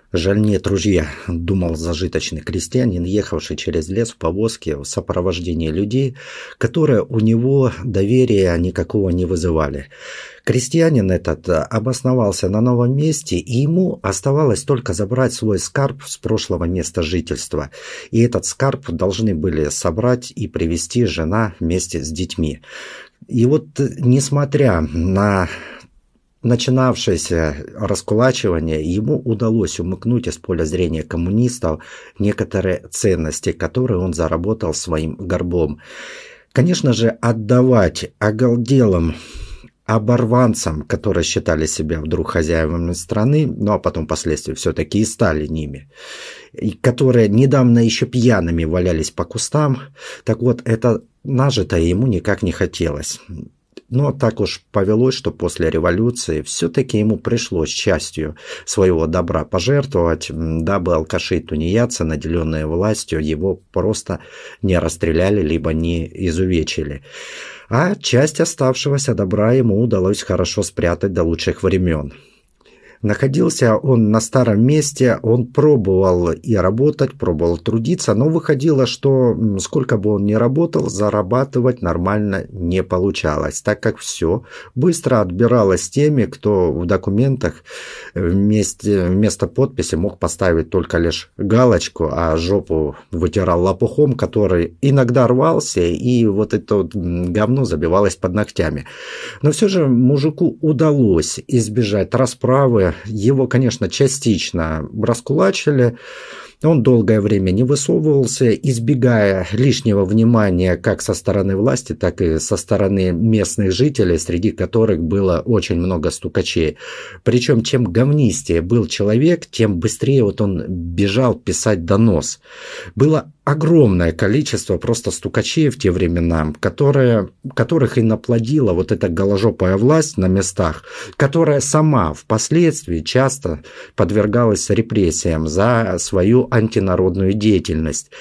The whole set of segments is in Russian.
Жаль, нет ружья, думал зажиточный крестьянин, ехавший через лес в повозке в сопровождении людей, которые у него доверия никакого не вызывали. Крестьянин этот обосновался на новом месте, и ему оставалось только забрать свой скарб с прошлого места жительства. И этот скарб должны были собрать и привезти жена вместе с детьми. И вот, несмотря на начинавшееся раскулачивание, ему удалось умыкнуть из поля зрения коммунистов некоторые ценности, которые он заработал своим горбом. Конечно же, отдавать оголделым оборванцам, которые считали себя вдруг хозяевами страны, ну а потом впоследствии все-таки и стали ними, и которые недавно еще пьяными валялись по кустам, так вот, это нажитое ему никак не хотелось. Но так уж повелось, что после революции все-таки ему пришлось частью своего добра пожертвовать, дабы алкаши и тунеядцы, наделенные властью, его просто не расстреляли, либо не изувечили. А часть оставшегося добра ему удалось хорошо спрятать до лучших времен. Находился он на старом месте, он пробовал и работать, пробовал трудиться, но выходило, что сколько бы он ни работал, зарабатывать нормально не получалось, так как все быстро отбиралось теми, кто в документах вместо подписи мог поставить только лишь галочку, а жопу вытирал лопухом, который иногда рвался, и вот это вот говно забивалось под ногтями. Но все же мужику удалось избежать расправы. Его, конечно, частично раскулачили. Он долгое время не высовывался, избегая лишнего внимания как со стороны власти, так и со стороны местных жителей, среди которых было очень много стукачей. Причем, чем говнистее был человек, тем быстрее вот он бежал писать донос. Было огромное количество просто стукачей в те времена, которых и наплодила вот эта голожопая власть на местах, которая сама впоследствии часто подвергалась репрессиям за свою антинародную деятельность.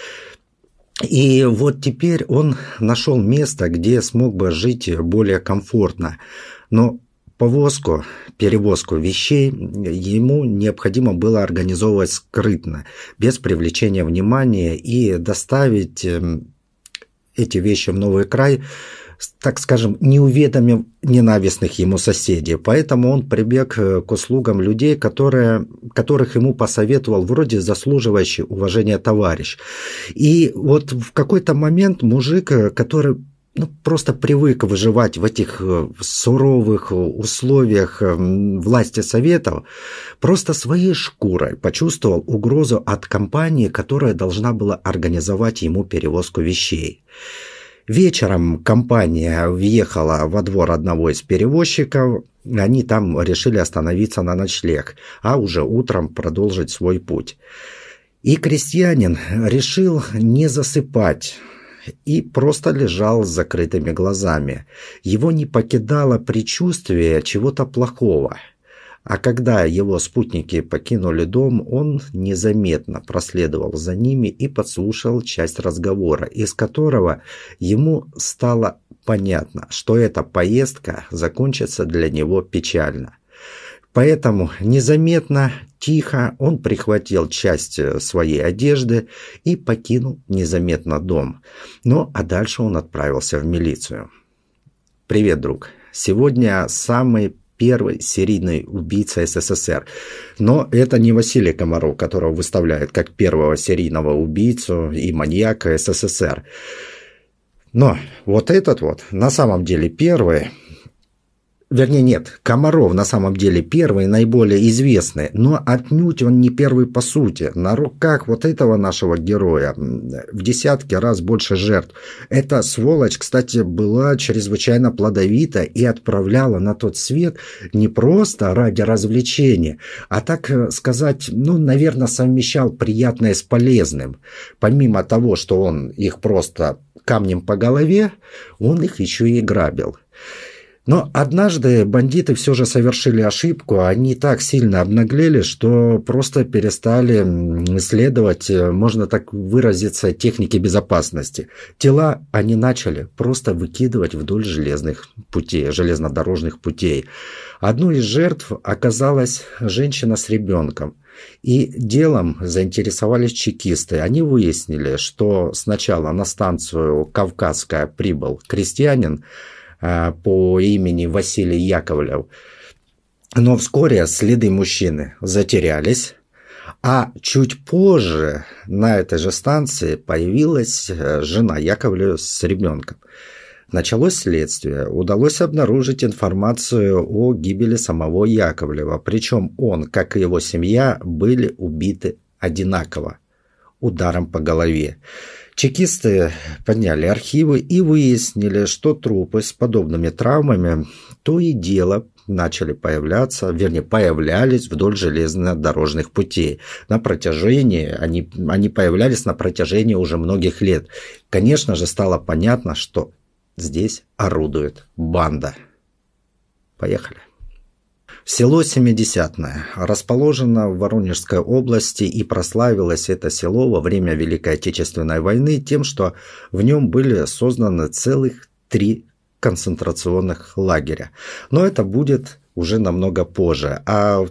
И вот теперь он нашел место, где смог бы жить более комфортно. Но перевозку вещей ему необходимо было организовывать скрытно, без привлечения внимания, и доставить эти вещи в новый край, так скажем, не уведомив ненавистных ему соседей. Поэтому он прибег к услугам людей, которых ему посоветовал вроде заслуживающий уважения товарищ. И вот в какой-то момент мужик, который просто привык выживать в этих суровых условиях власти Советов, просто своей шкурой почувствовал угрозу от компании, которая должна была организовать ему перевозку вещей. Вечером компания въехала во двор одного из перевозчиков, они там решили остановиться на ночлег, а уже утром продолжить свой путь. И крестьянин решил не засыпать и просто лежал с закрытыми глазами. Его не покидало предчувствие чего-то плохого. А когда его спутники покинули дом, он незаметно проследовал за ними и подслушал часть разговора, из которого ему стало понятно, что эта поездка закончится для него печально. Поэтому незаметно, тихо он прихватил часть своей одежды и покинул незаметно дом. А дальше он отправился в милицию. «Привет, друг. Сегодня самый первый серийный убийца СССР. Но это не Василий Комаров, которого выставляют как первого серийного убийцу и маньяка СССР. Но вот этот вот на самом деле первый. Вернее, нет, Комаров на самом деле первый, наиболее известный, но отнюдь он не первый по сути. На руках вот этого нашего героя в десятки раз больше жертв. Эта сволочь, кстати, была чрезвычайно плодовита и отправляла на тот свет не просто ради развлечения, а, так сказать, наверное, совмещал приятное с полезным. Помимо того, что он их просто камнем по голове, он их еще и грабил. Но однажды бандиты все же совершили ошибку, они так сильно обнаглели, что просто перестали исследовать, можно так выразиться, техники безопасности. Тела они начали просто выкидывать вдоль железнодорожных путей. Одной из жертв оказалась женщина с ребенком. И делом заинтересовались чекисты. Они выяснили, что сначала на станцию Кавказская прибыл крестьянин по имени Василий Яковлев, но вскоре следы мужчины затерялись, а чуть позже на этой же станции появилась жена Яковлева с ребенком. Началось следствие, удалось обнаружить информацию о гибели самого Яковлева, причем он, как и его семья, были убиты одинаково, ударом по голове. Чекисты подняли архивы и выяснили, что трупы с подобными травмами то и дело начали появлялись вдоль железнодорожных путей. Они появлялись на протяжении уже многих лет. Конечно же, стало понятно, что здесь орудует банда. Поехали. Село Семидесятное расположено в Воронежской области, и прославилось это село во время Великой Отечественной войны тем, что в нем были созданы целых 3 концентрационных лагеря. Но это будет уже намного позже. А в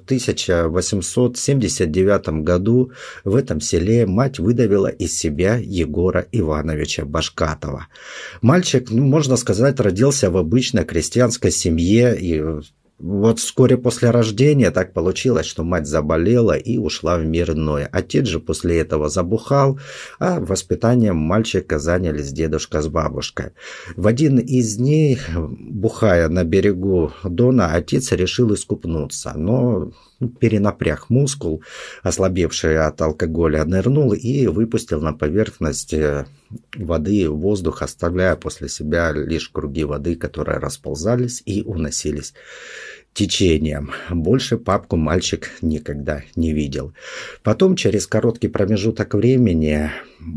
1879 году в этом селе мать выдавила из себя Егора Ивановича Башкатова. Мальчик, можно сказать, родился в обычной крестьянской семье, и вот вскоре после рождения так получилось, что мать заболела и ушла в мир иной. Отец же после этого забухал, а воспитанием мальчика занялись дедушка с бабушкой. В один из дней, бухая на берегу Дона, отец решил искупнуться, но перенапряг мускул, ослабевший от алкоголя, нырнул и выпустил на поверхность воды воздух, оставляя после себя лишь круги воды, которые расползались и уносились течением. Больше папку мальчик никогда не видел. Потом, через короткий промежуток времени,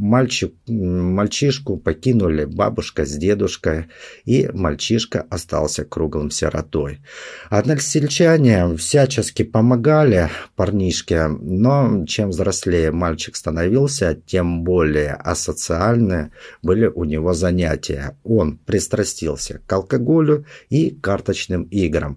мальчишку покинули бабушка с дедушкой, и мальчишка остался круглым сиротой. Односельчане всячески помогали парнишке, но чем взрослее мальчик становился, тем более асоциальные были у него занятия. Он пристрастился к алкоголю и карточным играм.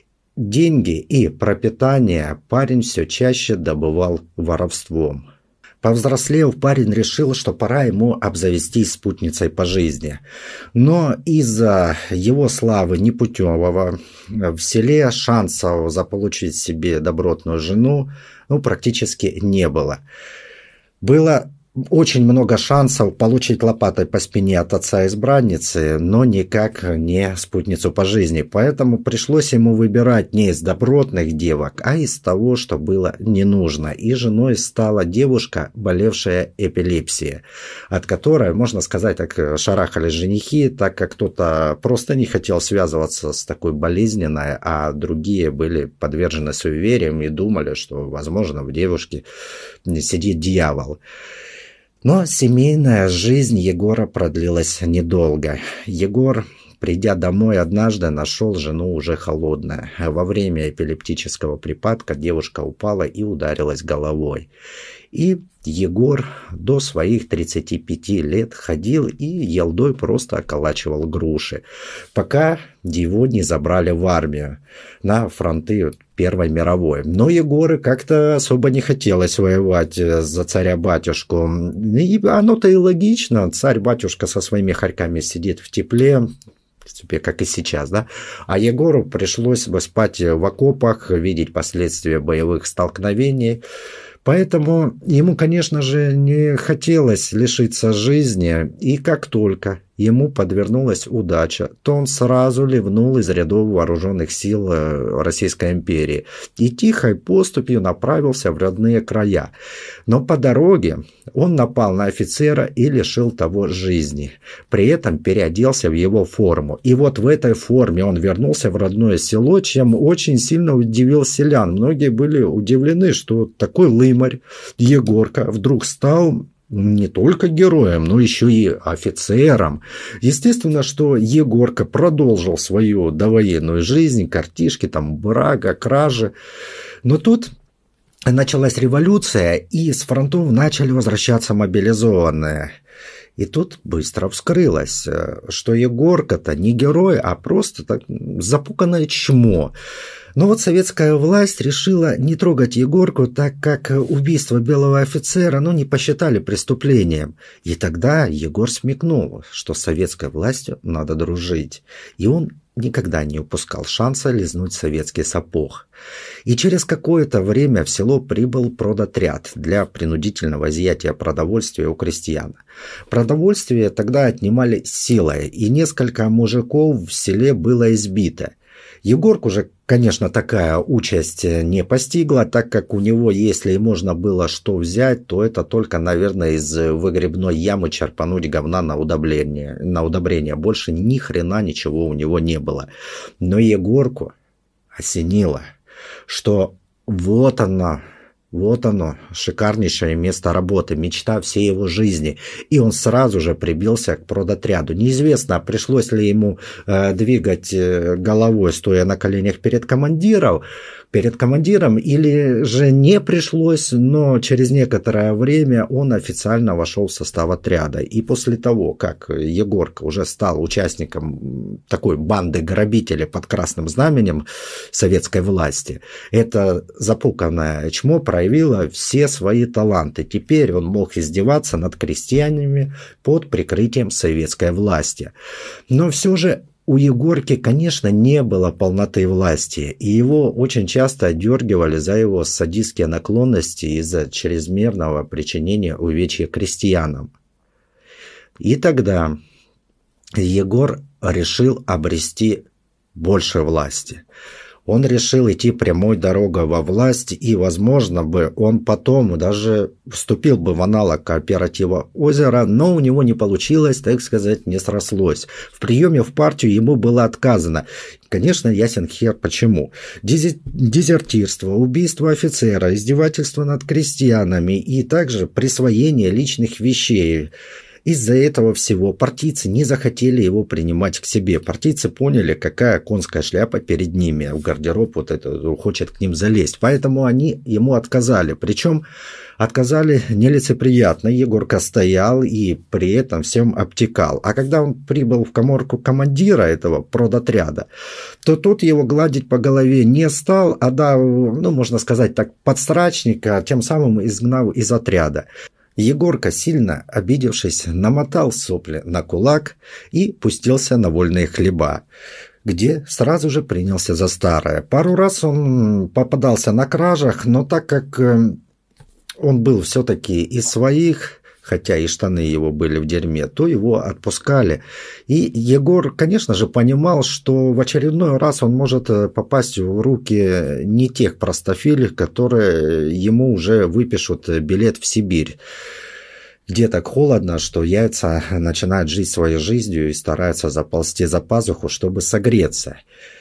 Деньги и пропитание парень все чаще добывал воровством. Повзрослев, парень решил, что пора ему обзавестись спутницей по жизни. Но из-за его славы непутевого в селе шансов заполучить себе добротную жену практически не было. Было очень много шансов получить лопатой по спине от отца-избранницы, но никак не спутницу по жизни. Поэтому пришлось ему выбирать не из добротных девок, а из того, что было не нужно. И женой стала девушка, болевшая эпилепсией, от которой, можно сказать, так шарахались женихи, так как кто-то просто не хотел связываться с такой болезненной, а другие были подвержены суевериям и думали, что, возможно, в девушке сидит дьявол. Но семейная жизнь Егора продлилась недолго. Егор, придя домой однажды, нашел жену уже холодной. Во время эпилептического припадка девушка упала и ударилась головой. И Егор до своих 35 лет ходил и елдой просто околачивал груши, пока его не забрали в армию на фронты Первой мировой. Но как-то особо не хотелось воевать за царя-батюшку. И оно-то и логично. Царь-батюшка со своими хорьками сидит в тепле, как и сейчас, да? А Егору пришлось бы спать в окопах, видеть последствия боевых столкновений. Поэтому ему, конечно же, не хотелось лишиться жизни, и как только ему подвернулась удача, то он сразу ливнул из рядов вооруженных сил Российской империи и тихой поступью направился в родные края. Но по дороге он напал на офицера и лишил того жизни. При этом переоделся в его форму. И вот в этой форме он вернулся в родное село, чем очень сильно удивил селян. Многие были удивлены, что такой лымарь Егорка вдруг стал не только героем, но еще и офицером. Естественно, что Егорка продолжил свою довоенную жизнь, картишки, брага, кражи. Но тут началась революция, и с фронтов начали возвращаться мобилизованные. И тут быстро вскрылось, что Егорка-то не герой, а просто так запуканное чмо. Но вот советская власть решила не трогать Егорку, так как убийство белого офицера не посчитали преступлением. И тогда Егор смекнул, что с советской властью надо дружить. И он никогда не упускал шанса лизнуть советский сапог. И через какое-то время в село прибыл продотряд для принудительного изъятия продовольствия у крестьян. Продовольствие тогда отнимали силой, и несколько мужиков в селе было избито. Егорку же, конечно, такая участь не постигла, так как у него, если и можно было что взять, то это только, наверное, из выгребной ямы черпануть говна на удобрение. Больше ни хрена ничего у него не было. Но Егорку осенило, что вот оно, шикарнейшее место работы, мечта всей его жизни. И он сразу же прибился к продотряду. Неизвестно, пришлось ли ему двигать головой, стоя на коленях перед командиром, или же не пришлось, но через некоторое время он официально вошел в состав отряда. И после того, как Егорка уже стал участником такой банды грабителей под красным знаменем советской власти, это запуканное чмо проявило все свои таланты. Теперь он мог издеваться над крестьянами под прикрытием советской власти. Но все же у Егорки, конечно, не было полноты власти, и его очень часто отдергивали за его садистские наклонности из-за чрезмерного причинения увечья крестьянам. И тогда Егор решил обрести больше власти. Он решил идти прямой дорогой во власть, и, возможно, бы он потом даже вступил бы в аналог кооператива «Озеро», но у него не получилось, так сказать, не срослось. В приеме в партию ему было отказано. Конечно, ясен хер почему. Дезертирство, убийство офицера, издевательство над крестьянами и также присвоение личных вещей. Из-за этого всего партийцы не захотели его принимать к себе. Партийцы поняли, какая конская шляпа перед ними. В гардероб вот это хочет к ним залезть. Поэтому они ему отказали. Причем отказали нелицеприятно. Егорка стоял и при этом всем обтекал. А когда он прибыл в каморку командира этого продотряда, то тот его гладить по голове не стал, а дал, можно сказать так, подстрачника, тем самым изгнал из отряда. Егорка, сильно обидевшись, намотал сопли на кулак и пустился на вольные хлеба, где сразу же принялся за старое. Пару раз он попадался на кражах, но так как он был все-таки из своих, хотя и штаны его были в дерьме, то его отпускали. И Егор, конечно же, понимал, что в очередной раз он может попасть в руки не тех простофилей, которые ему уже выпишут билет в Сибирь, где так холодно, что яйца начинают жить своей жизнью и стараются заползти за пазуху, чтобы согреться.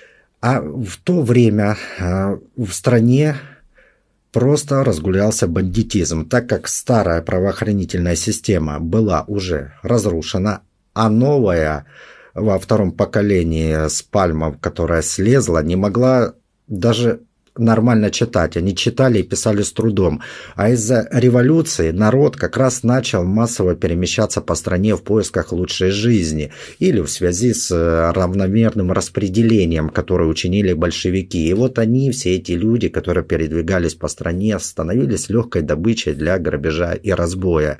А в то время в стране просто разгулялся бандитизм, так как старая правоохранительная система была уже разрушена, а новая во втором поколении с пальмов, которая слезла, не могла даже нормально читать. Они читали и писали с трудом. А из-за революции народ как раз начал массово перемещаться по стране в поисках лучшей жизни или в связи с равномерным распределением, которое учинили большевики. И вот они, все эти люди, которые передвигались по стране, становились легкой добычей для грабежа и разбоя.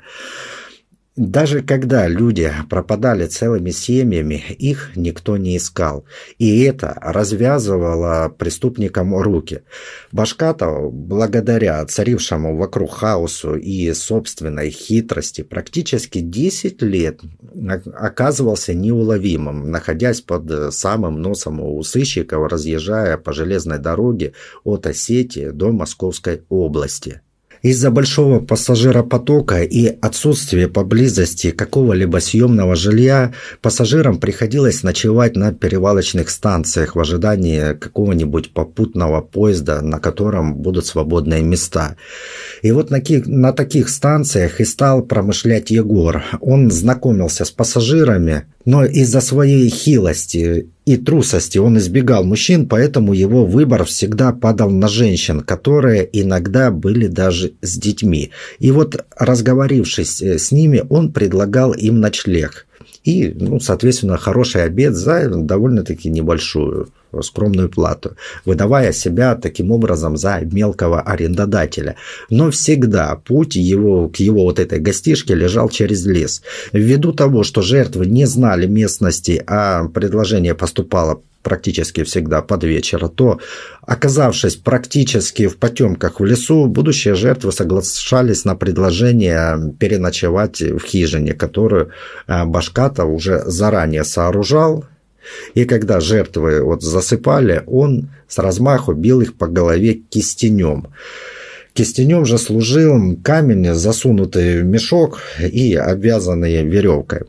Даже когда люди пропадали целыми семьями, их никто не искал. И это развязывало преступникам руки. Башкатов, благодаря царившему вокруг хаосу и собственной хитрости, практически 10 лет оказывался неуловимым, находясь под самым носом у сыщиков, разъезжая по железной дороге от Осетии до Московской области. Из-за большого пассажиропотока и отсутствия поблизости какого-либо съемного жилья пассажирам приходилось ночевать на перевалочных станциях в ожидании какого-нибудь попутного поезда, на котором будут свободные места. И вот на таких станциях и стал промышлять Егор. Он знакомился с пассажирами, но из-за своей хилости и трусости. Он избегал мужчин, поэтому его выбор всегда падал на женщин, которые иногда были даже с детьми. И вот, разговорившись с ними, он предлагал им ночлег. И, соответственно, хороший обед за довольно-таки небольшую скромную плату, выдавая себя таким образом за мелкого арендодателя. Но всегда путь к его вот этой гостишке лежал через лес. Ввиду того, что жертвы не знали местности, а предложение поступало практически всегда под вечер, то, оказавшись практически в потемках в лесу, будущие жертвы соглашались на предложение переночевать в хижине, которую Башкатов уже заранее сооружал. И когда жертвы засыпали, он с размаху бил их по голове кистенем. Кистенем же служил камень, засунутый в мешок и обвязанный веревкой.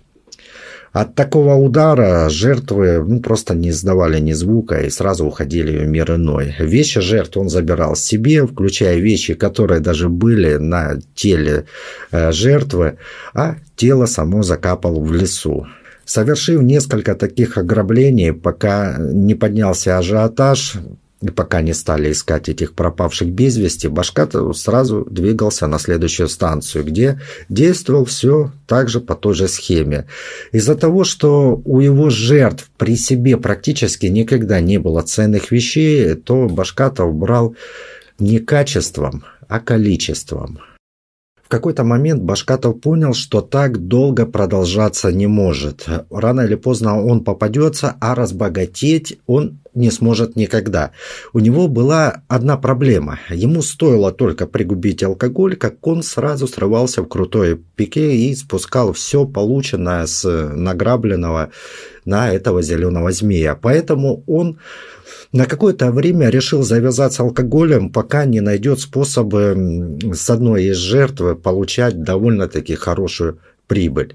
От такого удара жертвы просто не издавали ни звука и сразу уходили в мир иной. Вещи жертв он забирал себе, включая вещи, которые даже были на теле жертвы, а тело само закапал в лесу. Совершив несколько таких ограблений, пока не поднялся ажиотаж, и пока не стали искать этих пропавших без вести, Башкатов сразу двигался на следующую станцию, где действовал все так же по той же схеме. Из-за того, что у его жертв при себе практически никогда не было ценных вещей, то Башкатов брал не качеством, а количеством. В какой-то момент Башкатов понял, что так долго продолжаться не может. Рано или поздно он попадется, а разбогатеть он не сможет никогда. У него была одна проблема. Ему стоило только пригубить алкоголь, как он сразу срывался в крутой пике и спускал все полученное с награбленного на этого зеленого змея. Поэтому он на какое-то время решил завязаться алкоголем, пока не найдет способы с одной из жертв получать довольно-таки хорошую прибыль.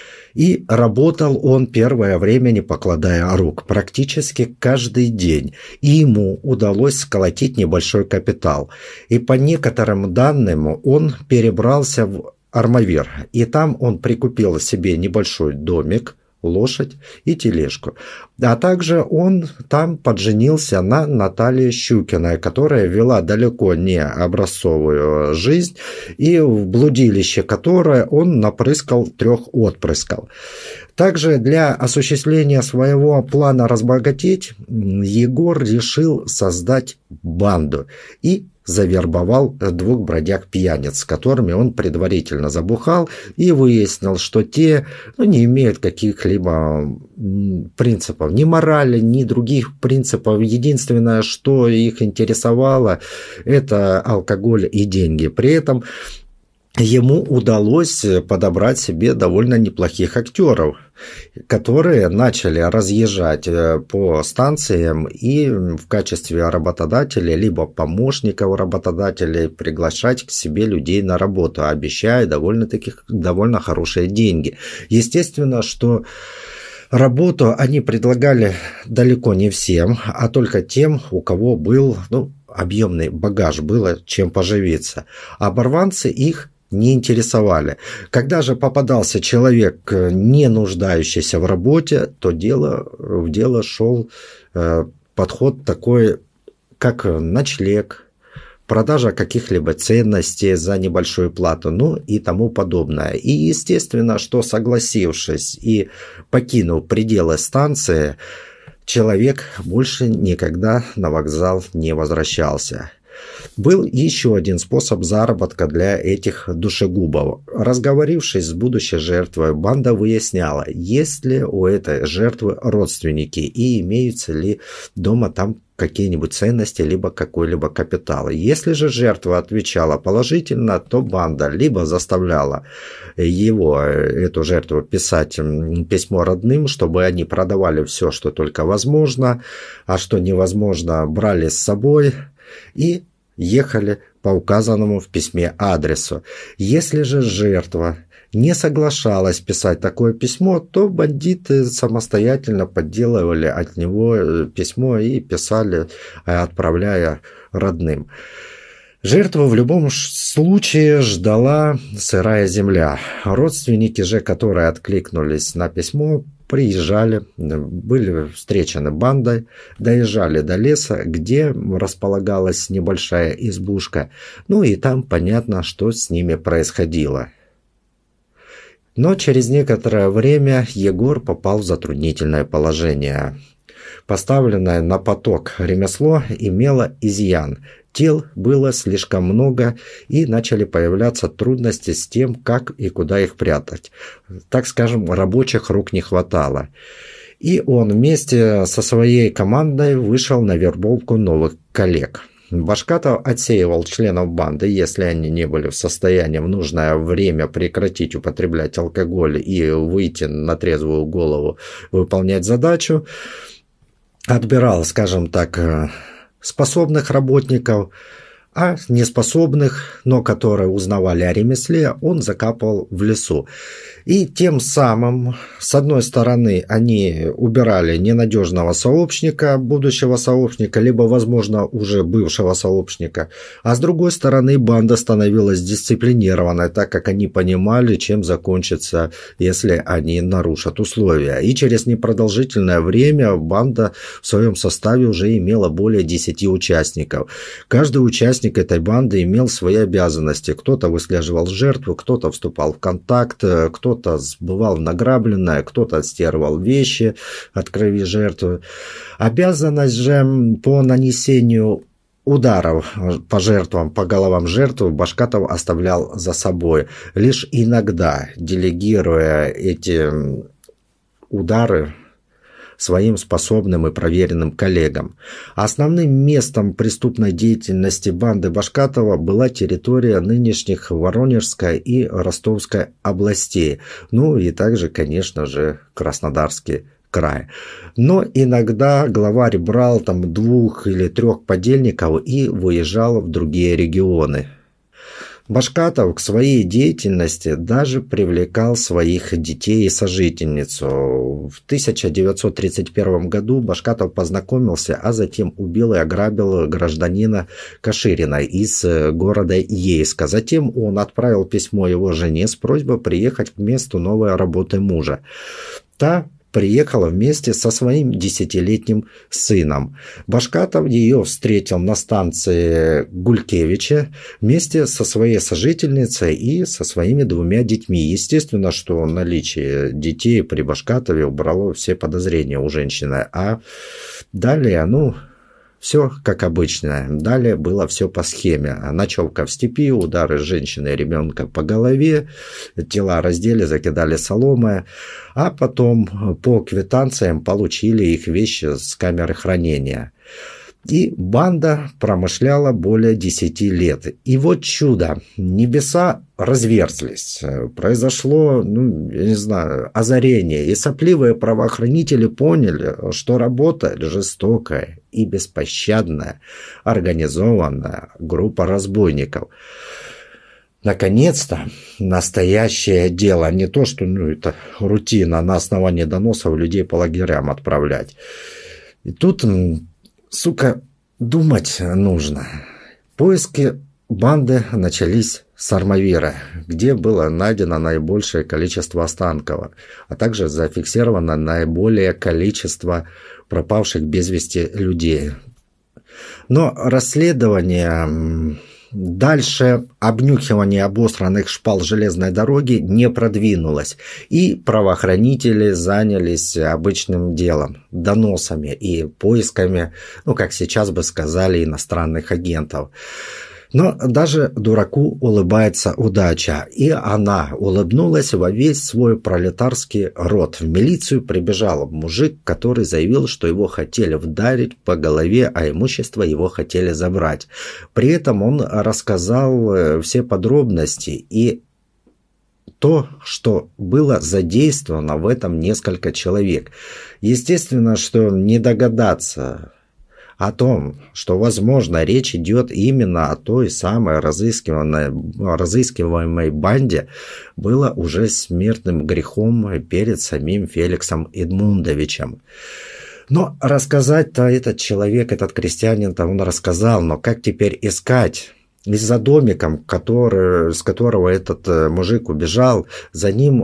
И работал он первое время, не покладая рук, практически каждый день. И ему удалось сколотить небольшой капитал. И по некоторым данным он перебрался в Армавир. И там он прикупил себе небольшой домик, лошадь и тележку. А также он там подженился на Наталье Щукиной, которая вела далеко не образцовую жизнь, и в блудилище которое он напрыскал 3 отпрысков. Также для осуществления своего плана разбогатеть Егор решил создать банду и завербовал 2 бродяг-пьяниц, с которыми он предварительно забухал, и выяснил, что те не имеют каких-либо принципов, ни морали, ни других принципов. Единственное, что их интересовало, это алкоголь и деньги. При этом ему удалось подобрать себе довольно неплохих актеров, которые начали разъезжать по станциям и в качестве работодателей, либо помощников работодателей приглашать к себе людей на работу, обещая довольно хорошие деньги. Естественно, что работу они предлагали далеко не всем, а только тем, у кого был объемный багаж, было чем поживиться. А оборванцы их не интересовали. Когда же попадался человек, не нуждающийся в работе, то в дело шел подход такой, как ночлег, продажа каких-либо ценностей за небольшую плату, и тому подобное. И естественно, что согласившись и покинув пределы станции, человек больше никогда на вокзал не возвращался. Был еще один способ заработка для этих душегубов. Разговорившись с будущей жертвой, банда выясняла, есть ли у этой жертвы родственники и имеются ли дома там какие-нибудь ценности, либо какой-либо капитал. Если же жертва отвечала положительно, то банда либо заставляла эту жертву, писать письмо родным, чтобы они продавали все, что только возможно, а что невозможно, брали с собой и ехали по указанному в письме адресу. Если же жертва не соглашалась писать такое письмо, то бандиты самостоятельно подделывали от него письмо и писали, отправляя родным. Жертву в любом случае ждала сырая земля. Родственники же, которые откликнулись на письмо, приезжали, были встречены бандой, доезжали до леса, где располагалась небольшая избушка. Ну и там понятно, что с ними происходило. Но через некоторое время Егор попал в затруднительное положение. Поставленное на поток ремесло имело изъян. Дел было слишком много, и начали появляться трудности с тем, как и куда их прятать. Так скажем, рабочих рук не хватало. И он вместе со своей командой вышел на вербовку новых коллег. Башкатов отсеивал членов банды, если они не были в состоянии в нужное время прекратить употреблять алкоголь и выйти на трезвую голову выполнять задачу. Отбирал, скажем так, способных работников, а неспособных, но которые узнавали о ремесле, он закапывал в лесу. И тем самым, с одной стороны, они убирали ненадежного сообщника, будущего сообщника, либо, возможно, уже бывшего сообщника, а с другой стороны, банда становилась дисциплинированной, так как они понимали, чем закончится, если они нарушат условия. И через непродолжительное время банда в своем составе уже имела более 10 участников. Каждый участник этой банды имел свои обязанности. Кто-то выслеживал жертву, кто-то вступал в контакт, кто-то сбывал награбленное, кто-то отстирывал вещи от крови жертвы. Обязанность же по нанесению ударов по жертвам, по головам жертв Башкатов оставлял за собой, лишь иногда делегируя эти удары своим способным и проверенным коллегам. Основным местом преступной деятельности банды Башкатова была территория нынешних Воронежской и Ростовской областей, ну и также, конечно же, Краснодарский край. Но иногда главарь брал там 2 или 3 подельников и выезжал в другие регионы. Башкатов к своей деятельности даже привлекал своих детей и сожительницу. В 1931 году Башкатов познакомился, а затем убил и ограбил гражданина Каширина из города Ейска. Затем он отправил письмо его жене с просьбой приехать к месту новой работы мужа. Та приехала вместе со своим 10-летним сыном. Башкатов ее встретил на станции Гулькевича вместе со своей сожительницей и со своими 2 детьми. Естественно, что наличие детей при Башкатове убрало все подозрения у женщины. А далее, все как обычно. Далее было все по схеме. Ночевка в степи, удары женщины и ребенка по голове, тела раздели, закидали соломой, а потом по квитанциям получили их вещи с камеры хранения. И банда промышляла более 10 лет. И вот чудо, небеса разверзлись. Произошло, озарение. И сопливые правоохранители поняли, что работает жестокая и беспощадная организованная группа разбойников. Наконец-то настоящее дело, не то, что это рутина на основании доносов людей по лагерям отправлять. И тут думать нужно. Поиски банды начались с Армавира, где было найдено наибольшее количество останков, а также зафиксировано наиболее количество пропавших без вести людей. Но расследование дальше обнюхивание обосранных шпал железной дороги не продвинулось, и правоохранители занялись обычным делом, доносами и поисками, как сейчас бы сказали, иностранных агентов. Но даже дураку улыбается удача, и она улыбнулась во весь свой пролетарский род. В милицию прибежал мужик, который заявил, что его хотели вдарить по голове, а имущество его хотели забрать. При этом он рассказал все подробности и то, что было задействовано в этом несколько человек. Естественно, что не догадаться о том, что, возможно, речь идет именно о той самой разыскиваемой банде, было уже смертным грехом перед самим Феликсом Эдмундовичем. Но рассказать-то этот человек, этот крестьянин-то он рассказал, но как теперь искать? Из-за домика, с которого этот мужик убежал, за ним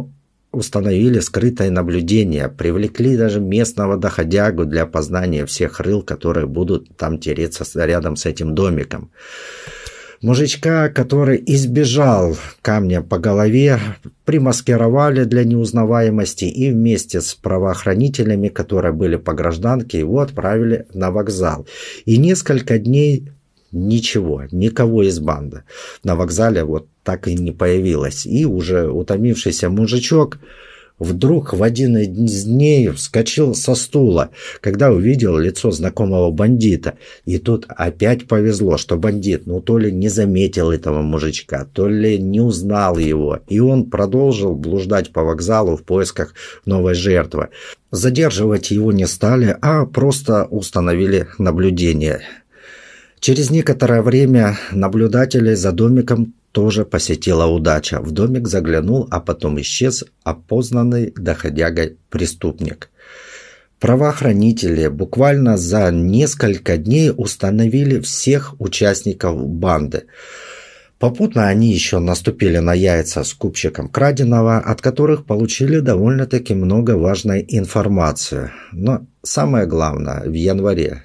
установили скрытое наблюдение, привлекли даже местного доходягу для опознания всех рыл, которые будут там тереться рядом с этим домиком. Мужичка, который избежал камня по голове, примаскировали для неузнаваемости и вместе с правоохранителями, которые были по гражданке, его отправили на вокзал. И несколько дней ничего, никого из банды на вокзале вот так и не появилось. И уже утомившийся мужичок вдруг в один из дней вскочил со стула, когда увидел лицо знакомого бандита. И тут опять повезло, что бандит, то ли не заметил этого мужичка, то ли не узнал его. И он продолжил блуждать по вокзалу в поисках новой жертвы. Задерживать его не стали, а просто установили наблюдение. Через некоторое время наблюдателей за домиком тоже посетила удача. В домик заглянул, а потом исчез опознанный доходягой преступник. Правоохранители буквально за несколько дней установили всех участников банды. Попутно они еще наступили на яйца скупщикам краденого, от которых получили довольно-таки много важной информации. Но самое главное, в январе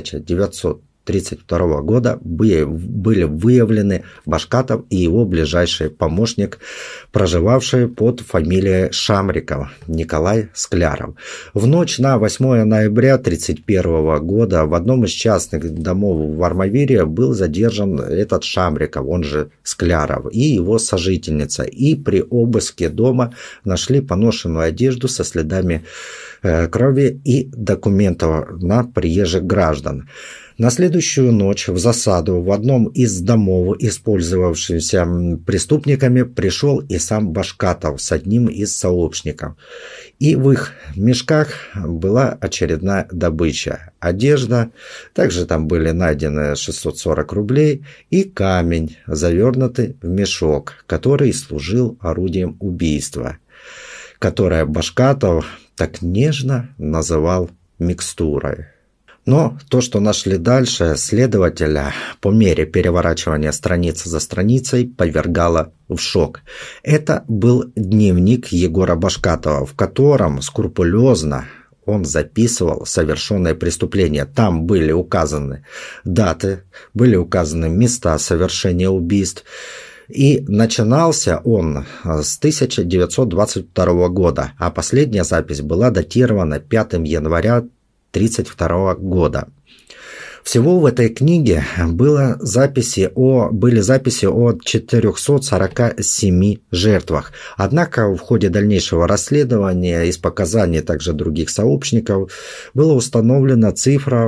1932 года были выявлены Башкатов и его ближайший помощник, проживавший под фамилией Шамриков, Николай Скляров. В ночь на 8 ноября 1931 года в одном из частных домов в Армавире был задержан этот Шамриков, он же Скляров, и его сожительница. И при обыске дома нашли поношенную одежду со следами крови и документов на приезжих граждан. На следующую ночь в засаду в одном из домов, использовавшимся преступниками, пришел и сам Башкатов с одним из сообщников. И в их мешках была очередная добыча. Одежда, также там были найдены 640 рублей и камень, завернутый в мешок, который служил орудием убийства, которое Башкатов так нежно называл микстурой. Но то, что нашли дальше, следователя по мере переворачивания страницы за страницей повергало в шок. Это был дневник Егора Башкатова, в котором скрупулезно он записывал совершенные преступления. Там были указаны даты, были указаны места совершения убийств. И начинался он с 1922 года, а последняя запись была датирована 5 января 1932 года. Всего в этой книге были записи о 447 жертвах. Однако в ходе дальнейшего расследования из показаний также других сообщников была установлена цифра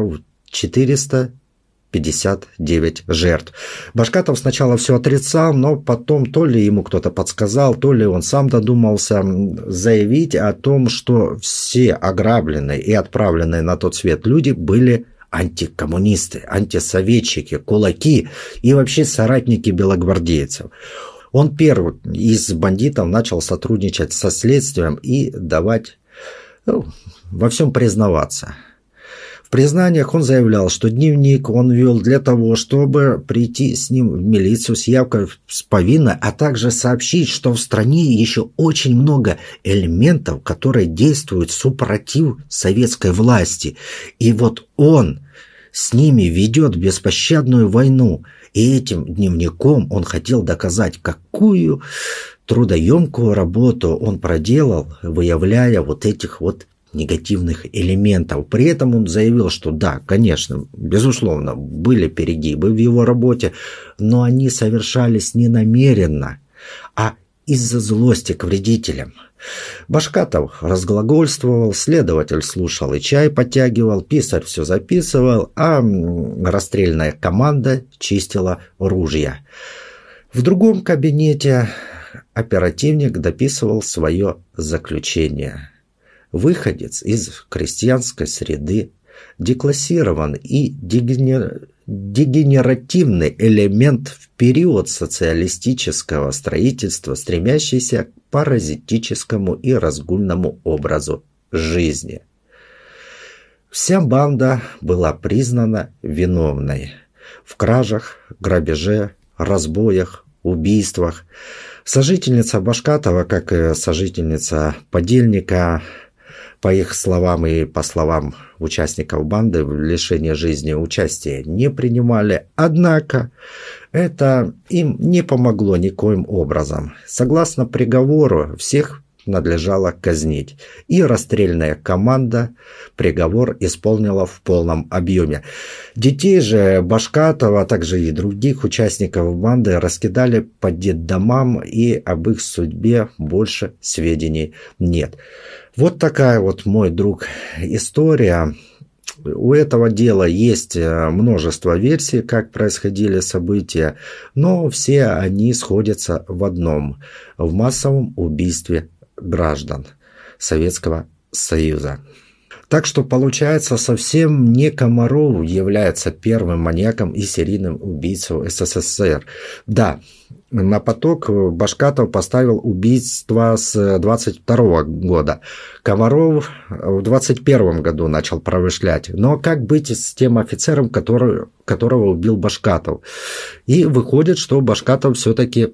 459 жертв. Башкатов сначала все отрицал, но потом то ли ему кто-то подсказал, то ли он сам додумался заявить о том, что все ограбленные и отправленные на тот свет люди были антикоммунисты, антисоветчики, кулаки и вообще соратники белогвардейцев. Он первый из бандитов начал сотрудничать со следствием и во всем признаваться. В признаниях он заявлял, что дневник он вел для того, чтобы прийти с ним в милицию с явкой с повинной, а также сообщить, что в стране еще очень много элементов, которые действуют супротив советской власти. И вот он с ними ведет беспощадную войну. И этим дневником он хотел доказать, какую трудоемкую работу он проделал, выявляя вот этих вот негативных элементов. При этом он заявил, что да, конечно, безусловно, были перегибы в его работе, но они совершались не намеренно, а из-за злости к вредителям. Башкатов разглагольствовал, следователь слушал и чай подтягивал, писарь все записывал, а расстрельная команда чистила ружья. В другом кабинете оперативник дописывал свое заключение. Выходец из крестьянской среды, деклассирован и дегенеративный элемент в период социалистического строительства, стремящийся к паразитическому и разгульному образу жизни. Вся банда была признана виновной в кражах, грабеже, разбоях, убийствах. Сожительница Башкатова, как и сожительница подельника, по их словам и по словам участников банды, в лишении жизни участия не принимали. Однако это им не помогло никоим образом. Согласно приговору, всех надлежало казнить. И расстрельная команда приговор исполнила в полном объеме. Детей же Башкатова, а также и других участников банды раскидали по детдомам, и об их судьбе больше сведений нет. Вот такая вот, мой друг, история. У этого дела есть множество версий, как происходили события, но все они сходятся в одном – в массовом убийстве граждан Советского Союза. Так что получается, совсем не Комаров является первым маньяком и серийным убийцей СССР. Да, на поток Башкатов поставил убийство с 22 года. Комаров в 21 году начал промышлять. Но как быть с тем офицером, которого убил Башкатов? И выходит, что Башкатов все-таки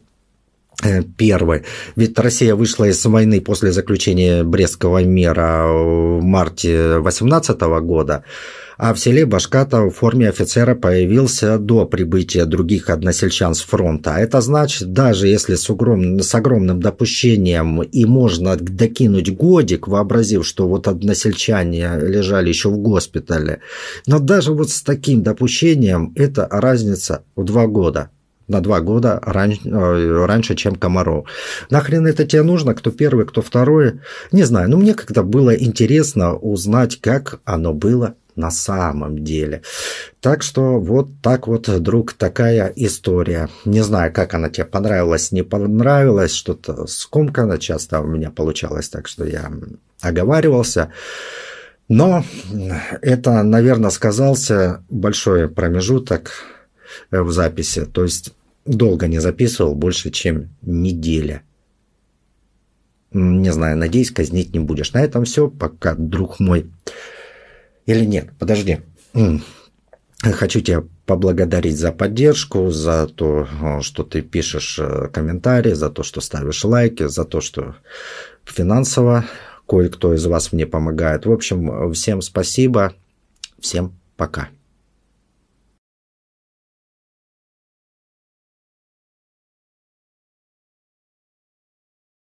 первый. Ведь Россия вышла из войны после заключения Брестского мира в марте 18 года, а в селе Башкатов в форме офицера появился до прибытия других односельчан с фронта. Это значит, даже если с огромным допущением и можно докинуть годик, вообразив, что вот односельчане лежали еще в госпитале, но даже вот с таким допущением это разница в 2 года. На 2 года раньше, чем Комаров. Нахрен это тебе нужно? Кто первый, кто второй? Не знаю. Но мне как-то было интересно узнать, как оно было на самом деле. Так что вот так вот, друг, такая история. Не знаю, как она тебе понравилась, не понравилась. Что-то скомканно часто у меня получалось, так что я оговаривался. Но это, наверное, сказался большой промежуток в записи. То есть долго не записывал, больше чем неделя. Не знаю, надеюсь, казнить не будешь. На этом все. Пока, друг мой. Или нет, подожди. Хочу тебя поблагодарить за поддержку, за то, что ты пишешь комментарии, за то, что ставишь лайки, за то, что финансово кое-кто из вас мне помогает. В общем, всем спасибо. Всем пока.